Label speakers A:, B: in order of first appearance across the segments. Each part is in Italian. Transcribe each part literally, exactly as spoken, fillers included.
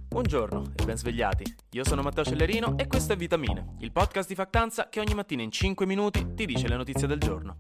A: Buongiorno e ben svegliati. Io sono Matteo Cellerino e questo è Vitamine, il podcast di Factanza che ogni mattina in cinque minuti ti dice le notizie del giorno.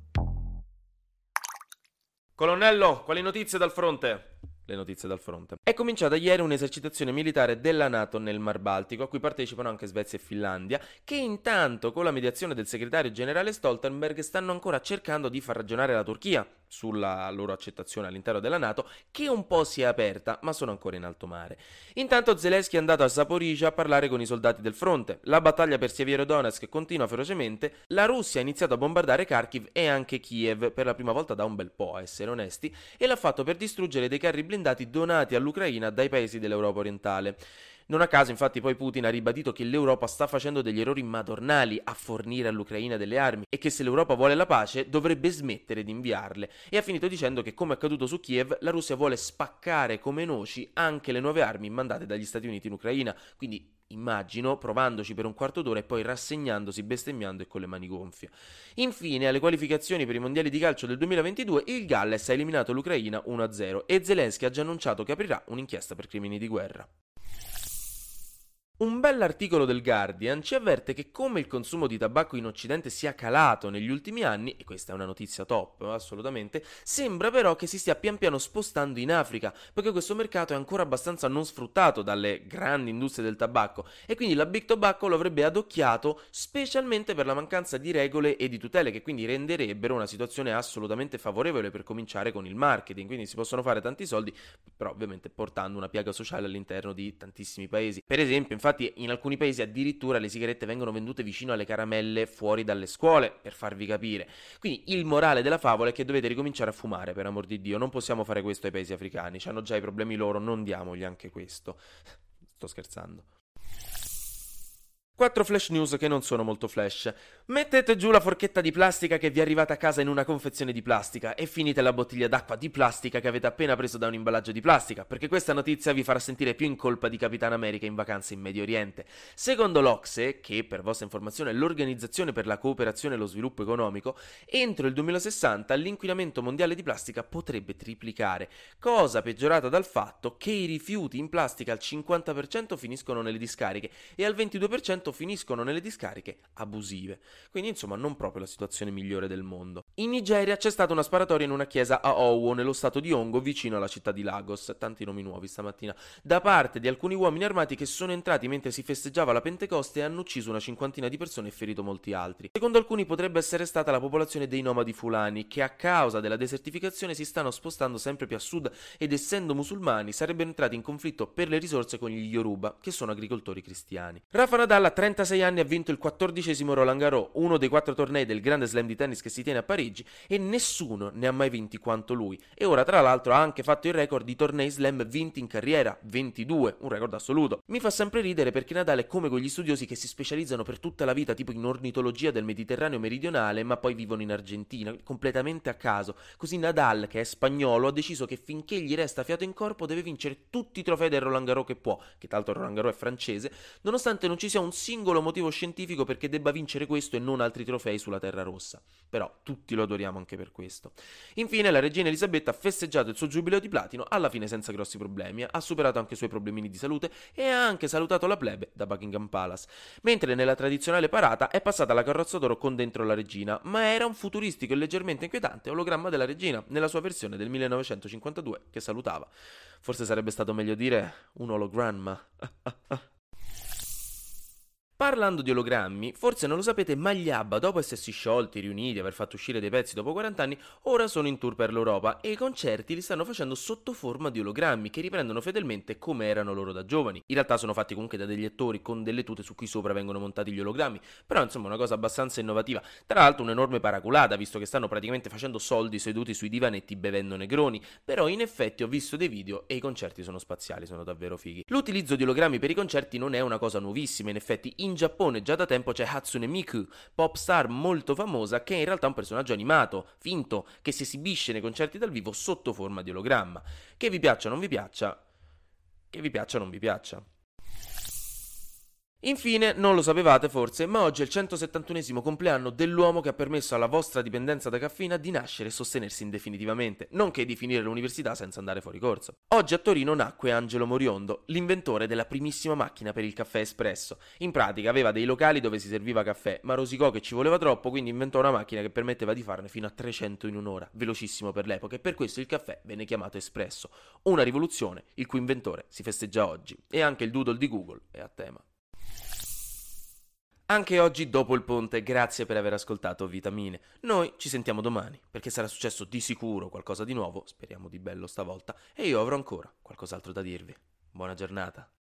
A: Colonnello, quali notizie dal fronte? Le notizie dal fronte. È cominciata ieri un'esercitazione militare della NATO nel Mar Baltico, a cui partecipano anche Svezia e Finlandia, che intanto, con la mediazione del segretario generale Stoltenberg, stanno ancora cercando di far ragionare la Turchia sulla loro accettazione all'interno della NATO, che un po' si è aperta, ma sono ancora in alto mare. Intanto Zelensky è andato a Zaporizhia a parlare con i soldati del fronte. La battaglia per Sievierodonetsk continua ferocemente. La Russia ha iniziato a bombardare Kharkiv e anche Kiev, per la prima volta da un bel po', a essere onesti, e l'ha fatto per distruggere dei carri blindati donati all'Ucraina dai paesi dell'Europa orientale. Non a caso, infatti, poi Putin ha ribadito che l'Europa sta facendo degli errori madornali a fornire all'Ucraina delle armi e che se l'Europa vuole la pace dovrebbe smettere di inviarle. E ha finito dicendo che, come accaduto su Kiev, la Russia vuole spaccare come noci anche le nuove armi mandate dagli Stati Uniti in Ucraina. Quindi immagino provandoci per un quarto d'ora e poi rassegnandosi bestemmiando e con le mani gonfie. Infine, alle qualificazioni per i mondiali di calcio del duemilaventidue, il Galles ha eliminato l'Ucraina uno a zero e Zelensky ha già annunciato che aprirà un'inchiesta per crimini di guerra. Un bell'articolo del Guardian ci avverte che come il consumo di tabacco in Occidente sia calato negli ultimi anni, e questa è una notizia top, assolutamente, sembra però che si stia pian piano spostando in Africa, perché questo mercato è ancora abbastanza non sfruttato dalle grandi industrie del tabacco, e quindi la Big Tobacco lo avrebbe adocchiato specialmente per la mancanza di regole e di tutele, che quindi renderebbero una situazione assolutamente favorevole per cominciare con il marketing, quindi si possono fare tanti soldi, però ovviamente portando una piaga sociale all'interno di tantissimi paesi. Per esempio, infatti, Infatti in alcuni paesi addirittura le sigarette vengono vendute vicino alle caramelle fuori dalle scuole, per farvi capire. Quindi il morale della favola è che dovete ricominciare a fumare, per amor di Dio. Non possiamo fare questo ai paesi africani, hanno già i problemi loro, non diamogli anche questo. Sto scherzando. Quattro flash news che non sono molto flash. Mettete giù la forchetta di plastica che vi è arrivata a casa in una confezione di plastica e finite la bottiglia d'acqua di plastica che avete appena preso da un imballaggio di plastica, perché questa notizia vi farà sentire più in colpa di Capitan America in vacanza in Medio Oriente. Secondo l'Ocse, che per vostra informazione è l'Organizzazione per la Cooperazione e lo Sviluppo Economico, entro il duemilasessanta l'inquinamento mondiale di plastica potrebbe triplicare, cosa peggiorata dal fatto che i rifiuti in plastica al cinquanta per cento finiscono nelle discariche e al ventidue per cento finiscono nelle discariche abusive. Quindi insomma non proprio la situazione migliore del mondo. In Nigeria c'è stata una sparatoria in una chiesa a Owo, nello stato di Ongo, vicino alla città di Lagos, tanti nomi nuovi stamattina, da parte di alcuni uomini armati che sono entrati mentre si festeggiava la Pentecoste e hanno ucciso una cinquantina di persone e ferito molti altri. Secondo alcuni potrebbe essere stata la popolazione dei nomadi fulani, che a causa della desertificazione si stanno spostando sempre più a sud ed essendo musulmani sarebbero entrati in conflitto per le risorse con gli Yoruba, che sono agricoltori cristiani. Rafa Nadal ha trentasei anni, ha vinto il quattordicesimo Roland Garros, uno dei quattro tornei del grande slam di tennis che si tiene a Parigi, e nessuno ne ha mai vinti quanto lui. E ora tra l'altro ha anche fatto il record di tornei slam vinti in carriera, ventidue, un record assoluto. Mi fa sempre ridere perché Nadal è come quegli studiosi che si specializzano per tutta la vita tipo in ornitologia del Mediterraneo meridionale, ma poi vivono in Argentina, completamente a caso. Così Nadal, che è spagnolo, ha deciso che finché gli resta fiato in corpo deve vincere tutti i trofei del Roland Garros che può, che tra l'altro Roland Garros è francese, nonostante non ci sia un singolo motivo scientifico perché debba vincere questo e non altri trofei sulla terra rossa. Però tutti lo adoriamo anche per questo. Infine la regina Elisabetta ha festeggiato il suo giubileo di platino, alla fine senza grossi problemi, ha superato anche i suoi problemini di salute e ha anche salutato la plebe da Buckingham Palace. Mentre nella tradizionale parata è passata la carrozza d'oro con dentro la regina, ma era un futuristico e leggermente inquietante ologramma della regina nella sua versione del millenovecentocinquantadue che salutava. Forse sarebbe stato meglio dire un ologramma. Parlando di ologrammi, forse non lo sapete, ma gli ABBA, dopo essersi sciolti, riuniti, aver fatto uscire dei pezzi dopo quaranta anni, ora sono in tour per l'Europa e i concerti li stanno facendo sotto forma di ologrammi che riprendono fedelmente come erano loro da giovani. In realtà sono fatti comunque da degli attori con delle tute su cui sopra vengono montati gli ologrammi, però insomma una cosa abbastanza innovativa. Tra l'altro un'enorme paraculata, visto che stanno praticamente facendo soldi seduti sui divanetti bevendo negroni, però in effetti ho visto dei video e i concerti sono spaziali, sono davvero fighi. L'utilizzo di ologrammi per i concerti non è una cosa nuovissima, in effetti in Giappone già da tempo c'è Hatsune Miku, pop star molto famosa che è in realtà un personaggio animato, finto, che si esibisce nei concerti dal vivo sotto forma di ologramma. Che vi piaccia o non vi piaccia, che vi piaccia o non vi piaccia. Infine, non lo sapevate forse, ma oggi è il centosettantunesimo compleanno dell'uomo che ha permesso alla vostra dipendenza da caffeina di nascere e sostenersi indefinitivamente, nonché di finire l'università senza andare fuori corso. Oggi a Torino nacque Angelo Moriondo, l'inventore della primissima macchina per il caffè espresso. In pratica aveva dei locali dove si serviva caffè, ma rosicò che ci voleva troppo, quindi inventò una macchina che permetteva di farne fino a trecento in un'ora, velocissimo per l'epoca, e per questo il caffè venne chiamato espresso. Una rivoluzione il cui inventore si festeggia oggi, e anche il doodle di Google è a tema. Anche oggi dopo il ponte, grazie per aver ascoltato Vitamine. Noi ci sentiamo domani, perché sarà successo di sicuro qualcosa di nuovo, speriamo di bello stavolta, e io avrò ancora qualcos'altro da dirvi. Buona giornata.